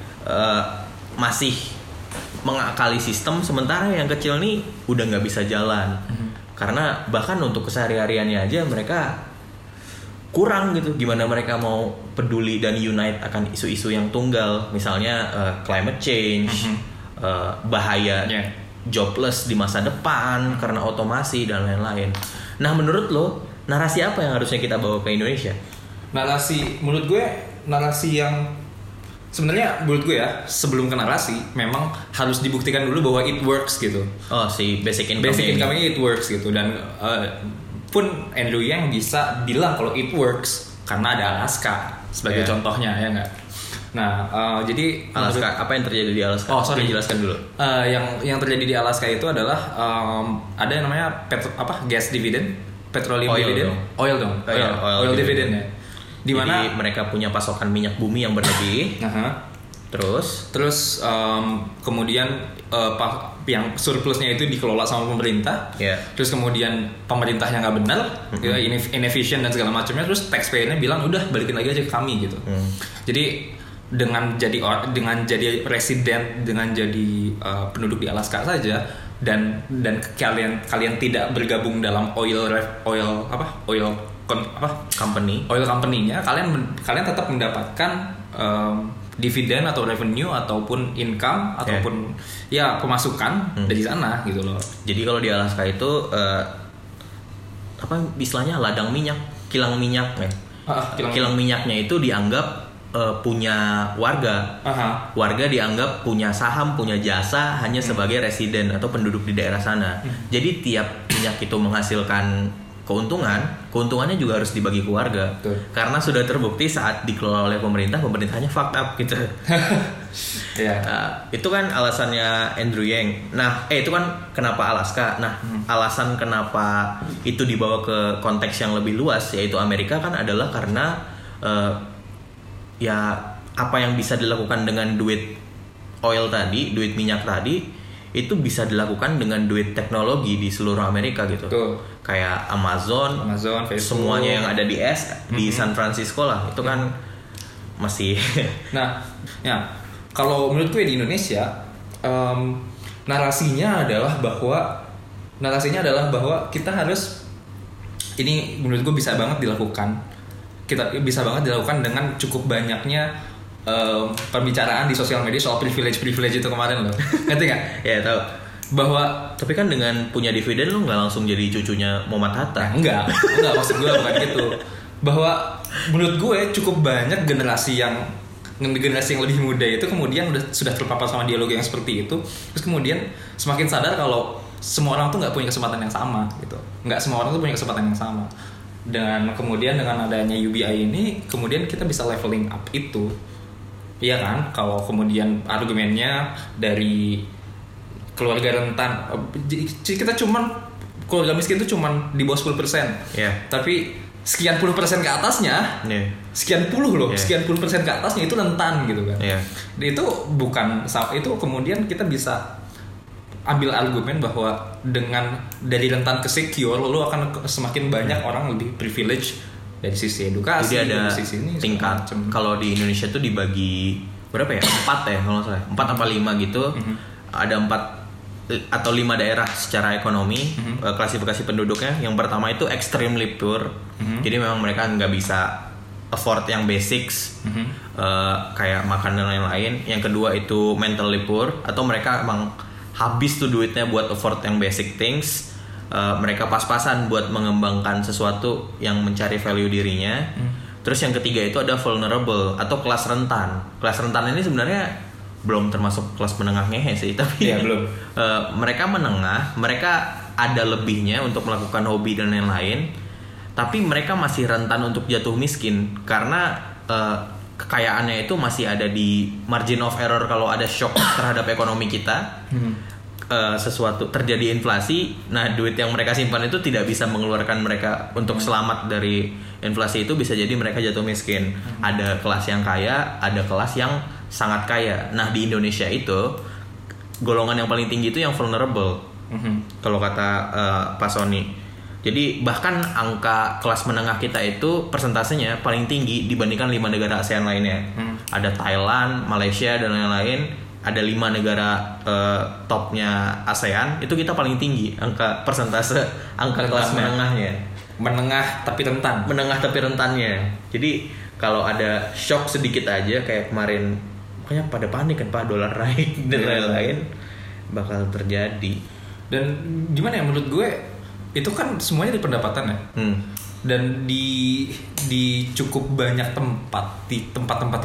S1: masih mengakali sistem, sementara yang kecil nih udah nggak bisa jalan. Karena bahkan untuk kesehari-hariannya aja mereka kurang gitu. Gimana mereka mau peduli dan unite akan isu-isu yang tunggal, misalnya climate change, bahaya jobless di masa depan karena otomasi dan lain-lain. Nah menurut lo, narasi apa yang harusnya kita bawa ke Indonesia?
S2: Menurut gue narasi yang sebenarnya menurut gue ya, sebelum ke narasi memang harus dibuktikan dulu bahwa it works gitu.
S1: Si basic income
S2: ini it works gitu. Dan pun Andrew Yang bisa bilang kalau it works karena ada Alaska sebagai contohnya, ya nggak? Nah jadi
S1: Alaska, apa yang terjadi di Alaska? Jelaskan dulu.
S2: Yang terjadi di Alaska itu adalah ada yang namanya gas dividend. petroleum
S1: Oil
S2: dividend,
S1: dong.
S2: oil dong, oil dividend ya. Di mana
S1: Jadi mereka punya pasokan minyak bumi yang berlebih. Terus
S2: kemudian yang surplusnya itu dikelola sama pemerintah.
S1: Yeah.
S2: Terus kemudian pemerintahnya nggak benar, ya, inefficient dan segala macamnya. Terus taxpayer-nya bilang udah balikin lagi aja ke kami gitu. Jadi dengan jadi resident, dengan jadi penduduk di Alaska saja, dan kalian tidak bergabung dalam oil company-nya, kalian tetap mendapatkan dividen atau revenue ataupun income ataupun ya pemasukan dari sana gitu loh.
S1: Jadi kalau di Alaska itu apa istilahnya ladang minyak, kilang minyak ya. Kilang minyaknya itu dianggap punya warga. Warga dianggap punya saham, punya jasa hanya sebagai residen atau penduduk di daerah sana. Jadi tiap minyak itu menghasilkan keuntungannya juga harus dibagi ke warga.
S2: Betul.
S1: Karena sudah terbukti saat dikelola oleh pemerintahnya fucked up gitu. Itu kan alasannya Andrew Yang. Nah, itu kan kenapa Alaska. Nah, alasan kenapa itu dibawa ke konteks yang lebih luas yaitu Amerika kan adalah karena ya apa yang bisa dilakukan dengan duit oil tadi, duit minyak tadi itu bisa dilakukan dengan duit teknologi di seluruh Amerika gitu.
S2: Betul.
S1: Kayak Amazon,
S2: Facebook,
S1: semuanya yang ada di di San Francisco lah, itu kan masih.
S2: Nah, ya kalau menurut gue di Indonesia narasinya adalah bahwa kita harus, ini menurut gue bisa banget dilakukan dengan cukup banyaknya pembicaraan di sosial media soal privilege itu kemarin loh. Ngerti nggak?
S1: Ya tahu. Tapi kan dengan punya dividen lu nggak langsung jadi cucunya Muhammad Hatta.
S2: Enggak maksud gue bukan gitu. Bahwa menurut gue cukup banyak generasi yang lebih muda itu kemudian sudah terpapar sama dialog yang seperti itu, terus kemudian semakin sadar kalau semua orang tuh nggak punya kesempatan yang sama gitu. Nggak semua orang tuh punya kesempatan yang sama. Dan kemudian dengan adanya UBI ini, kemudian kita bisa leveling up itu. Iya kan? Kalau kemudian argumennya dari keluarga rentan, kita keluarga miskin itu cuman di bawah 10%.
S1: Yeah.
S2: Tapi sekian puluh persen ke atasnya, sekian puluh persen ke atasnya itu rentan gitu kan.
S1: Yeah.
S2: Itu kemudian kita bisa ambil argumen bahwa dengan dari rentan ke secure, lo akan semakin banyak orang lebih privilege dari sisi edukasi.
S1: Jadi ada
S2: dari sisi ini,
S1: tingkat. Kalau di Indonesia tuh dibagi berapa ya? 4 ya kalau nggak salah. 4 apa 5 gitu. Ada 4 atau 5 daerah secara ekonomi, klasifikasi penduduknya. Yang pertama itu extremely poor. Jadi memang mereka nggak bisa afford yang basics, kayak makan dan lain-lain. Yang kedua itu mentally poor, atau mereka emang habis tuh duitnya buat afford yang basic things. Mereka pas-pasan buat mengembangkan sesuatu yang mencari value dirinya. Terus yang ketiga itu ada vulnerable atau kelas rentan. Kelas rentan ini sebenarnya belum termasuk kelas menengah ngehe sih, tapi
S2: belum.
S1: Mereka menengah, mereka ada lebihnya untuk melakukan hobi dan lain-lain, tapi mereka masih rentan untuk jatuh miskin karena kekayaannya itu masih ada di margin of error. Kalau ada shock terhadap ekonomi kita, sesuatu terjadi inflasi, nah duit yang mereka simpan itu tidak bisa mengeluarkan mereka untuk selamat dari inflasi, itu bisa jadi mereka jatuh miskin. Ada kelas yang kaya, ada kelas yang sangat kaya. Nah di Indonesia itu golongan yang paling tinggi itu yang vulnerable, kalau kata Pak Sony. Jadi bahkan angka kelas menengah kita itu persentasenya paling tinggi dibandingkan 5 negara ASEAN lainnya. Ada Thailand, Malaysia dan lain-lain. Ada 5 negara topnya ASEAN, itu kita paling tinggi angka persentase angka kelas menengahnya.
S2: Menengah tapi
S1: rentannya. Jadi kalau ada shock sedikit aja kayak kemarin, makanya pada panik kan Pak, dolar naik dan lain-lain, bakal terjadi. Dan
S2: gimana ya, menurut gue itu kan semuanya di pendapatan ya. Dan di cukup banyak tempat, di tempat-tempat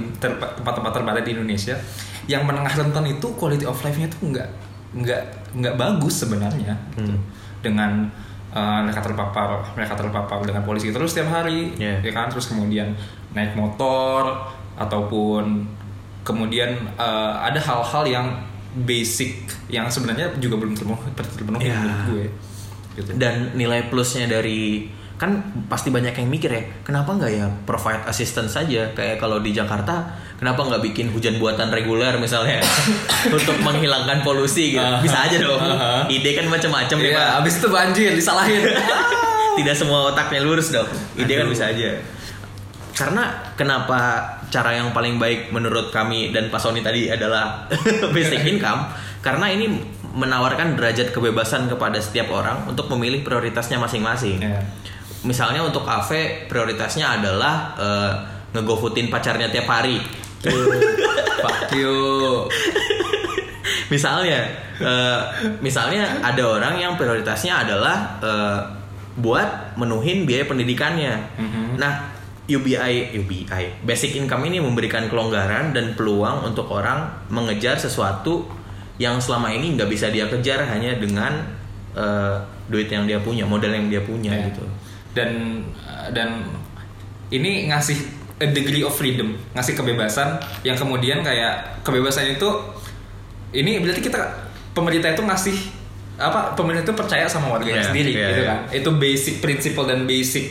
S2: terbatas di Indonesia, yang menengah rentan itu quality of life-nya tuh nggak bagus sebenarnya gitu. Dengan mereka terpapar dengan polisi terus setiap hari, ya kan, terus kemudian naik motor, ataupun kemudian ada hal-hal yang basic yang sebenarnya juga belum terpenuhi menurut gue. gitu.
S1: Dan nilai plusnya dari, kan pasti banyak yang mikir ya, kenapa nggak ya provide assistance saja, kayak kalau di Jakarta kenapa nggak bikin hujan buatan reguler misalnya untuk menghilangkan polusi gitu. Bisa aja dong. Ide kan macam-macam nih Pak.
S2: Abis itu banjir disalahin.
S1: Tidak semua otaknya lurus dong. Ide kan bisa aja. Karena kenapa cara yang paling baik menurut kami dan Pak Sony tadi adalah basic income, karena ini menawarkan derajat kebebasan kepada setiap orang untuk memilih prioritasnya masing-masing. Misalnya untuk Ave prioritasnya adalah ngegofoodin pacarnya tiap hari.
S2: Fuck you.
S1: Misalnya ada orang yang prioritasnya adalah buat menuhin biaya pendidikannya. Nah, UBI basic income ini memberikan kelonggaran dan peluang untuk orang mengejar sesuatu yang selama ini nggak bisa dia kejar hanya dengan duit yang dia punya, modal yang dia punya gitu. Dan
S2: ini ngasih a degree of freedom, ngasih kebebasan yang kemudian kayak kebebasan itu, ini berarti pemerintah itu ngasih pemerintah itu percaya sama warganya sendiri gitu kan. Itu basic principle dan basic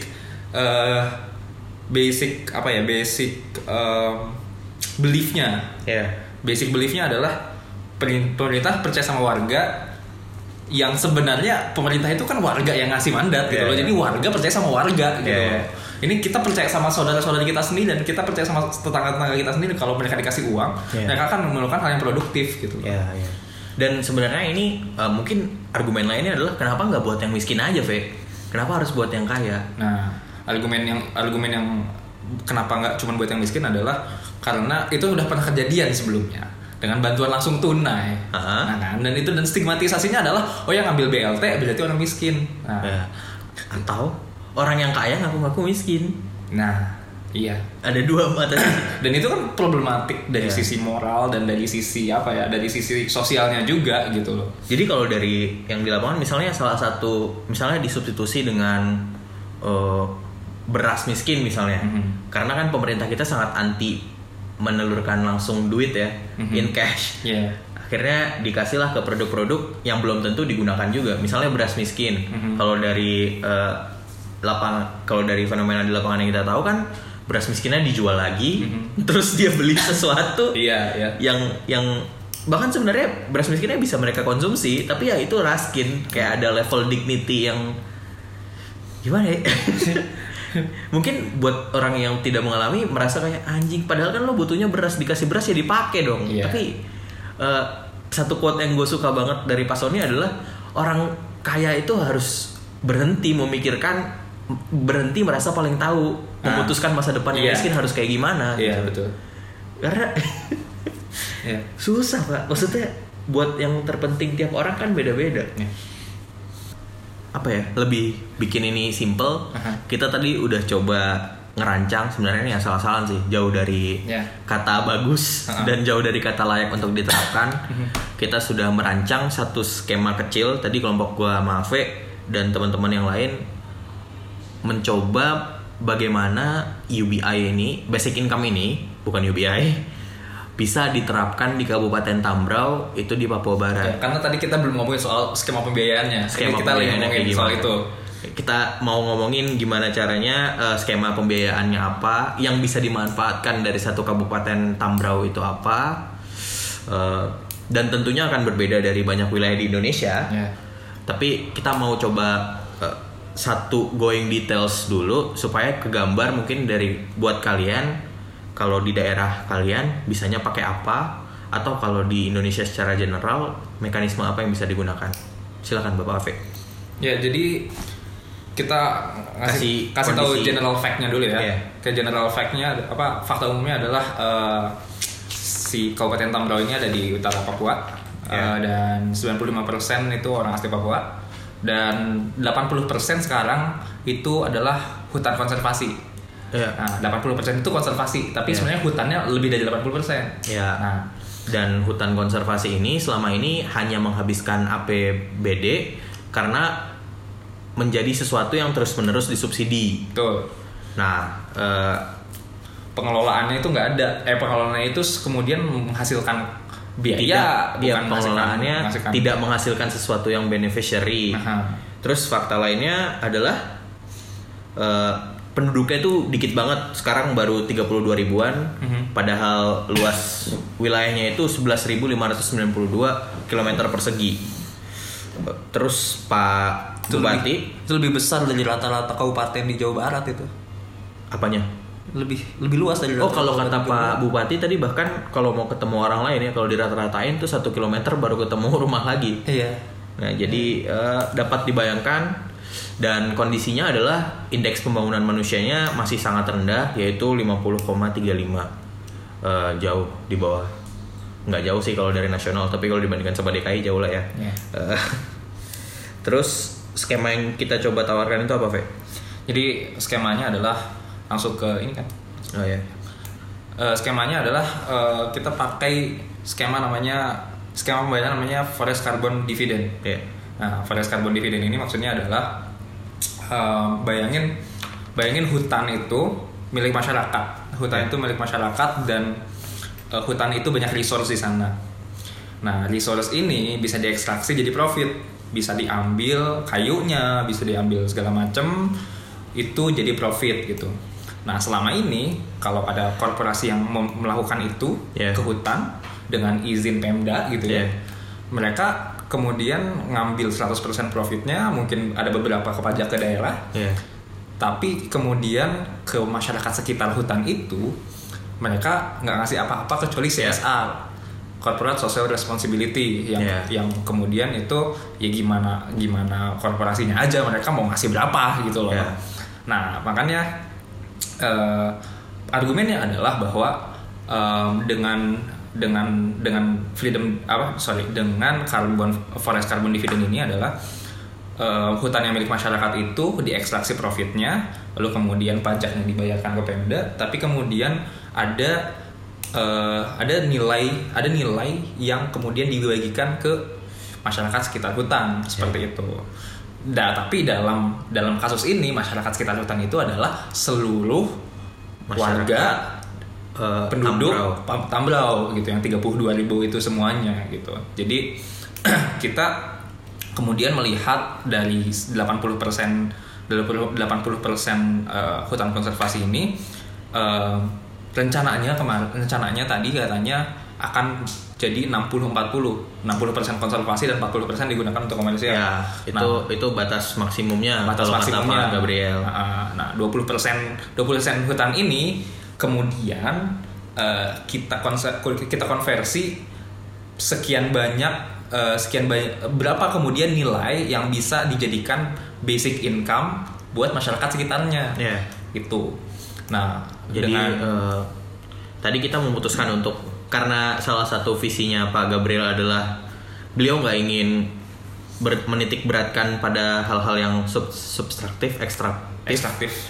S2: beliefnya. Basic beliefnya adalah pemerintah percaya sama warga, yang sebenarnya pemerintah itu kan warga yang ngasih mandat gitu loh. Jadi warga percaya sama warga gitu loh. Ini kita percaya sama saudara-saudara kita sendiri, dan kita percaya sama tetangga-tetangga kita sendiri. Kalau mereka dikasih uang, mereka akan melakukan hal yang produktif gitu.
S1: Dan sebenarnya ini mungkin argumen lainnya adalah kenapa nggak buat yang miskin aja, Ve? Kenapa harus buat yang kaya?
S2: Nah, argumen yang kenapa nggak cuma buat yang miskin adalah karena itu udah pernah kejadian sebelumnya dengan bantuan langsung tunai. Nah kan, dan stigmatisasinya adalah yang ngambil BLT berarti orang miskin.
S1: Atau orang yang kaya ngaku-ngaku miskin.
S2: Nah, iya.
S1: Ada dua mata.
S2: Dan itu kan problematik dari sisi moral dan dari sisi dari sisi sosialnya juga gitu loh.
S1: Jadi kalau dari yang di lapangan misalnya salah satu, misalnya disubstitusi dengan beras miskin misalnya. Karena kan pemerintah kita sangat anti menelurkan langsung duit ya, in cash. Akhirnya dikasihlah ke produk-produk yang belum tentu digunakan juga. Misalnya beras miskin. Kalau dari kalau dari fenomena di lapangan yang kita tahu kan, beras miskinnya dijual lagi, terus dia beli sesuatu yang bahkan sebenarnya beras miskinnya bisa mereka konsumsi, tapi ya itu raskin, kayak ada level dignity yang gimana ya? Mungkin buat orang yang tidak mengalami merasa kayak anjing, padahal kan lo butuhnya beras, dikasih beras ya dipakai dong. Tapi satu quote yang gue suka banget dari Pak Sony adalah orang kaya itu harus berhenti merasa paling tahu, memutuskan masa depan yang miskin harus kayak gimana.
S2: Betul.
S1: Karena susah Pak, maksudnya buat yang terpenting tiap orang kan beda-beda. Apa ya, lebih bikin ini simple. Kita tadi udah coba ngerancang, sebenarnya ini asal-asalan sih, jauh dari kata bagus dan jauh dari kata layak untuk diterapkan. Kita sudah merancang satu skema kecil. Tadi kelompok gua sama Ave dan teman-teman yang lain mencoba bagaimana UBI ini, basic income ini, bukan UBI, bisa diterapkan di Kabupaten Tambrau, itu di Papua Barat.
S2: Karena tadi kita belum ngomongin soal skema pembiayaannya. Kita lagi ngomongin soal itu.
S1: Kita mau ngomongin gimana caranya, skema pembiayaannya apa, yang bisa dimanfaatkan dari satu Kabupaten Tambrau itu apa, dan tentunya akan berbeda dari banyak wilayah di Indonesia. Tapi kita mau coba satu going details dulu supaya kegambar mungkin dari buat kalian. Kalau di daerah kalian bisanya pakai apa, atau kalau di Indonesia secara general mekanisme apa yang bisa digunakan. Silakan Bapak Ave.
S2: Jadi kita kasih tahu general fact-nya dulu ya. Ke general fact-nya fakta umumnya adalah si Kabupaten Tambrau ini ada di utara Papua. Dan 95% itu orang asli Papua, dan 80% sekarang itu adalah hutan konservasi. Nah, 80% itu konservasi, tapi sebenarnya hutannya lebih dari 80%. Nah,
S1: dan hutan konservasi ini selama ini hanya menghabiskan APBD karena menjadi sesuatu yang terus-menerus disubsidi.
S2: Betul.
S1: Nah,
S2: pengelolaannya itu nggak ada. Pengelolaannya itu kemudian menghasilkan biaya,
S1: pengelolaannya tidak menghasilkan sesuatu yang beneficiary. Terus fakta lainnya adalah penduduknya itu dikit banget, sekarang baru 32 ribuan, padahal luas wilayahnya itu 11.592 km persegi. Terus Pak Bupati
S2: itu lebih besar dari rata-rata kabupaten di Jawa Barat itu.
S1: apanya?
S2: Lebih luas dari
S1: Oh,
S2: rata-rata
S1: kalau kata
S2: Jawa
S1: Pak
S2: Barat.
S1: Bupati tadi bahkan kalau mau ketemu orang lain ya, kalau dirata-ratain tuh 1 kilometer baru ketemu rumah lagi.
S2: Iya.
S1: Nah, jadi dapat dibayangkan, dan kondisinya adalah indeks pembangunan manusianya masih sangat rendah, yaitu 50,35, jauh di bawah. Nggak jauh sih kalau dari nasional, tapi kalau dibandingkan sama DKI jauh lah ya. Terus skema yang kita coba tawarkan itu apa, Fe?
S2: Jadi skemanya adalah langsung ke ini kan.
S1: Oh ya.
S2: Skemanya adalah kita pakai skema pembayaran namanya Forest Carbon Dividend.
S1: Yeah.
S2: Nah, Forest Carbon Dividend ini maksudnya adalah bayangin hutan itu milik masyarakat. Hutan itu milik masyarakat dan hutan itu banyak resource di sana. Nah, resource ini bisa diekstraksi jadi profit, bisa diambil kayunya, bisa diambil segala macam, itu jadi profit gitu. Nah, selama ini kalau ada korporasi yang melakukan itu ke hutan dengan izin Pemda gitu ya, mereka kemudian ngambil 100% profitnya, mungkin ada beberapa ke pajak ke daerah, tapi kemudian ke masyarakat sekitar hutan itu mereka nggak ngasih apa-apa kecuali CSR, Corporate Social Responsibility, yang kemudian itu ya gimana korporasinya aja, mereka mau ngasih berapa gitu loh. Nah, makanya argumennya adalah bahwa dengan Forest Carbon Dividend ini adalah hutan yang milik masyarakat itu diekstraksi profitnya, lalu kemudian pajaknya dibayarkan ke Pemda, tapi kemudian ada nilai yang kemudian dibagikan ke masyarakat sekitar hutan seperti itu. Tapi dalam kasus ini masyarakat sekitar hutan itu adalah seluruh warga penduduk Tambrau gitu, yang 32.000 itu semuanya gitu. Jadi kita kemudian melihat dari 80% hutan konservasi ini rencananya tadi katanya akan jadi 60% konservasi dan 40% digunakan untuk komersial.
S1: Ya, itu batas maksimumnya
S2: batas
S1: kalau
S2: maksimumnya.
S1: kata Pak Gabriel.
S2: Nah, 20% hutan ini kemudian kita konversi sekian banyak berapa kemudian nilai yang bisa dijadikan basic income buat masyarakat sekitarnya. Itu. Nah,
S1: jadi tadi kita memutuskan untuk, karena salah satu visinya Pak Gabriel adalah beliau nggak ingin menitik beratkan pada hal-hal yang subtraktif, ekstraktif.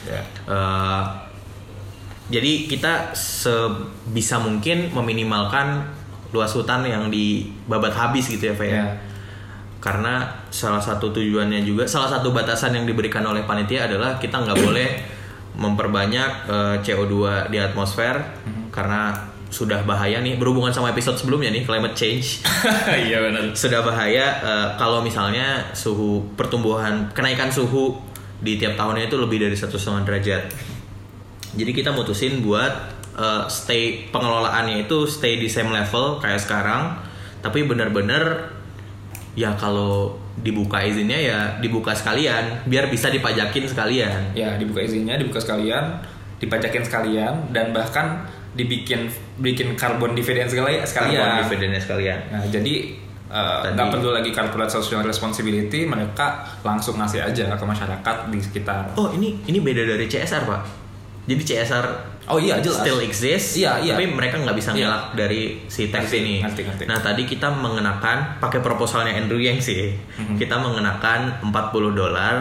S1: Jadi kita sebisa mungkin meminimalkan luas hutan yang dibabat habis gitu ya, Pak ya. Karena salah satu tujuannya juga, salah satu batasan yang diberikan oleh panitia adalah kita nggak boleh memperbanyak CO2 di atmosfer, karena sudah bahaya nih, berhubungan sama episode sebelumnya nih, climate change.
S2: Iya benar.
S1: Sudah bahaya kalau misalnya kenaikan suhu di tiap tahunnya itu lebih dari 1,5 derajat. Jadi kita mutusin buat pengelolaannya itu stay di same level kayak sekarang, tapi benar-benar ya kalau dibuka izinnya ya dibuka sekalian, biar bisa dipajakin sekalian.
S2: Ya, dibuka izinnya, dibuka sekalian, dipajakin sekalian, dan bahkan bikin carbon dividend sekalian.
S1: Carbon dividendnya sekalian.
S2: Nah, jadi nggak perlu lagi corporate social responsibility, mereka langsung ngasih aja ke masyarakat di sekitar.
S1: Oh, ini beda dari CSR, Pak. Jadi CSR
S2: jelas
S1: still exist, tapi mereka nggak bisa ngelak dari si tax ini.
S2: Ngerti.
S1: Nah, tadi kita mengenakan, pakai proposalnya Andrew Yang sih, kita mengenakan $40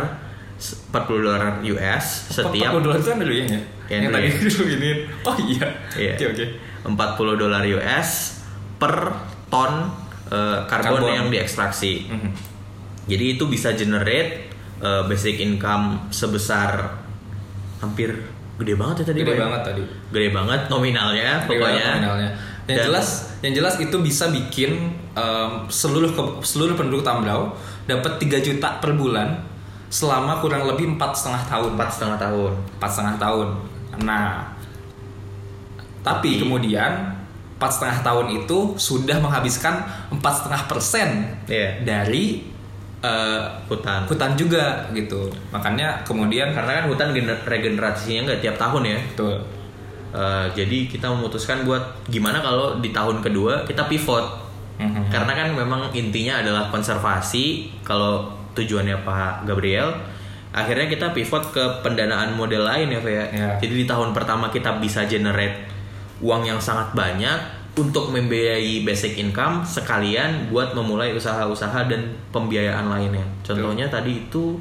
S1: US setiap.
S2: $40 itu Andrew Yang ya? Yang tadi dulu ini. Oh iya. Oke.
S1: $40 US per ton karbon yang diekstraksi. Jadi itu bisa generate basic income sebesar hampir gede banget ya tadi. Gede banget nominalnya pokoknya.
S2: Yang jelas itu bisa bikin seluruh penduduk Tambrau dapat 3 juta per bulan selama kurang lebih 4,5 tahun.
S1: 4,5 tahun.
S2: 4,5 tahun. Nah, tapi kemudian 4,5 tahun itu sudah menghabiskan 4,5% dari hutan juga gitu. Makanya kemudian
S1: Karena kan hutan regenerasinya nggak tiap tahun ya.
S2: betul.
S1: Jadi kita memutuskan buat gimana kalau di tahun kedua kita pivot. Karena kan memang intinya adalah konservasi. Kalau tujuannya Pak Gabriel, akhirnya kita pivot ke pendanaan model lain ya Pak ya. Jadi di tahun pertama kita bisa generate uang yang sangat banyak untuk membiayai basic income, sekalian buat memulai usaha-usaha dan pembiayaan lainnya. Contohnya tadi itu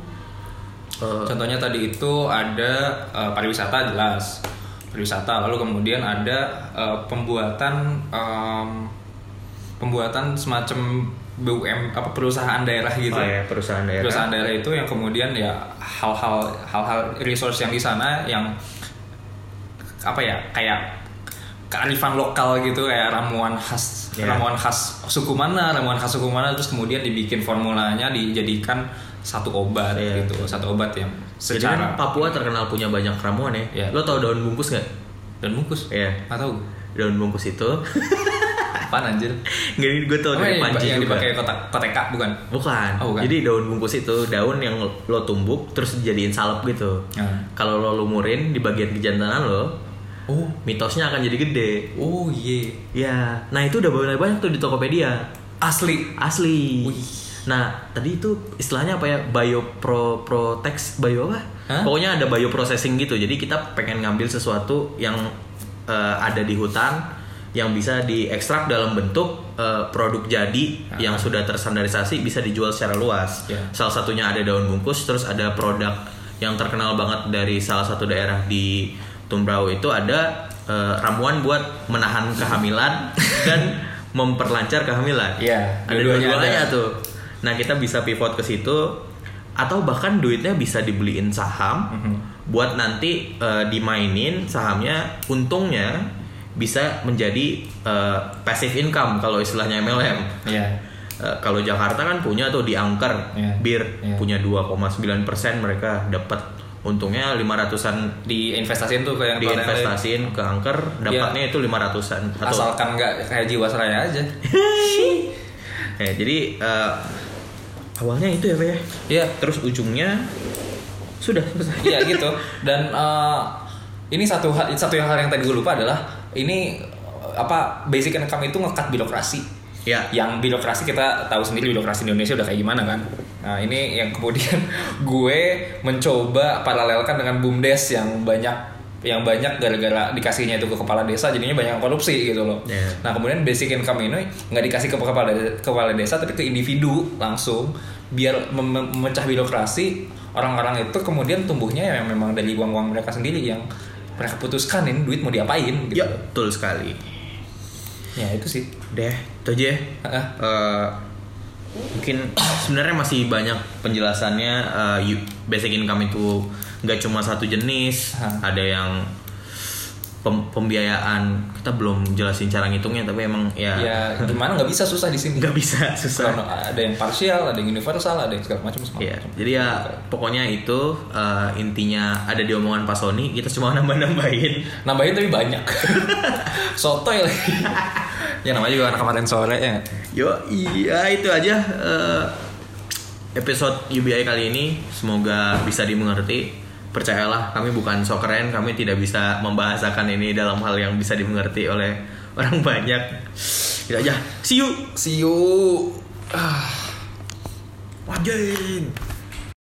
S2: ada pariwisata, jelas pariwisata. Lalu kemudian ada pembuatan semacam BUM, perusahaan daerah gitu.
S1: Perusahaan daerah.
S2: Perusahaan daerah itu yang kemudian ya hal-hal resource yang di sana yang kayak kearifan lokal gitu, kayak ramuan khas suku mana, terus kemudian dibikin formulanya dijadikan satu obat gitu, satu obat yang
S1: secara. Jadi kan Papua terkenal punya banyak ramuan ya. Lo tau daun bungkus nggak?
S2: Daun bungkus?
S1: Iya.
S2: Nggak tahu.
S1: Daun bungkus itu
S2: apaan anjir?
S1: Gini gue tau dari panci
S2: yang
S1: juga.
S2: dipakai koteka bukan?
S1: Bukan. Jadi daun bungkus itu daun yang lo tumbuk terus dijadiin salep gitu. Kalau lo lumurin di bagian kejantanan lo, mitosnya akan jadi gede.
S2: Oh iya.
S1: Ya, nah itu udah banyak tuh di Tokopedia.
S2: Asli.
S1: Wih. Nah tadi itu istilahnya apa ya? Bio apa? Pokoknya ada bioprocessing gitu. Jadi kita pengen ngambil sesuatu yang ada di hutan yang bisa diekstrak dalam bentuk produk jadi yang sudah terstandarisasi, bisa dijual secara luas. Salah satunya ada daun bungkus, terus ada produk yang terkenal banget dari salah satu daerah di Tumbrau itu ada ramuan buat menahan kehamilan dan memperlancar kehamilan. Ada dua-duanya tuh. Nah kita bisa pivot ke situ, atau bahkan duitnya bisa dibeliin saham buat nanti dimainin sahamnya, untungnya bisa menjadi passive income kalau istilahnya MLM. Kalau Jakarta kan punya tuh di Angker Bir punya 2,9% mereka dapat untungnya 500-an
S2: diinvestasiin tuh ke yang
S1: diinvestasiin ke Angker, dapatnya itu 500-an.
S2: Asalkan nggak kayak Jiwasraya aja.
S1: Jadi awalnya itu ya Pak ya.
S2: Iya.
S1: Terus ujungnya sudah selesai.
S2: Iya gitu. Dan ini satu hal yang tadi gue lupa adalah ini basic income itu ngekat birokrasi. Yang birokrasi kita tahu sendiri, birokrasi Indonesia udah kayak gimana kan. Nah ini yang kemudian gue mencoba paralelkan dengan BUMDes yang banyak gara-gara dikasihnya itu ke kepala desa, jadinya banyak korupsi gitu loh. Nah kemudian basic income ini nggak dikasih ke kepala desa tapi ke individu langsung, biar memecah birokrasi. Orang-orang itu kemudian tumbuhnya yang memang dari uang-uang mereka sendiri yang mereka putuskan ini duit mau diapain gitu.
S1: Ya betul sekali.
S2: Ya itu sih.
S1: Itu aja ya. Mungkin sebenarnya masih banyak penjelasannya. Basic income itu nggak cuma satu jenis. Ada yang pembiayaan, kita belum jelasin cara ngitungnya, tapi emang ya
S2: gimana, nggak bisa, susah di sini.
S1: Nggak bisa, susah.
S2: Ada yang parsial, ada yang universal, ada yang segala macam.
S1: Jadi ya pokoknya itu intinya ada di omongan Pak Sony. Kita cuma nambahin
S2: tapi banyak. Sotoy lagi. Ya namanya juga anak kemarin sore ya.
S1: Iya itu aja episode UBI kali ini. Semoga bisa dimengerti. Percayalah, kami bukan so keren, kami tidak bisa membahasakan ini dalam hal yang bisa dimengerti oleh orang banyak. Itu aja. See you.
S2: Wajib.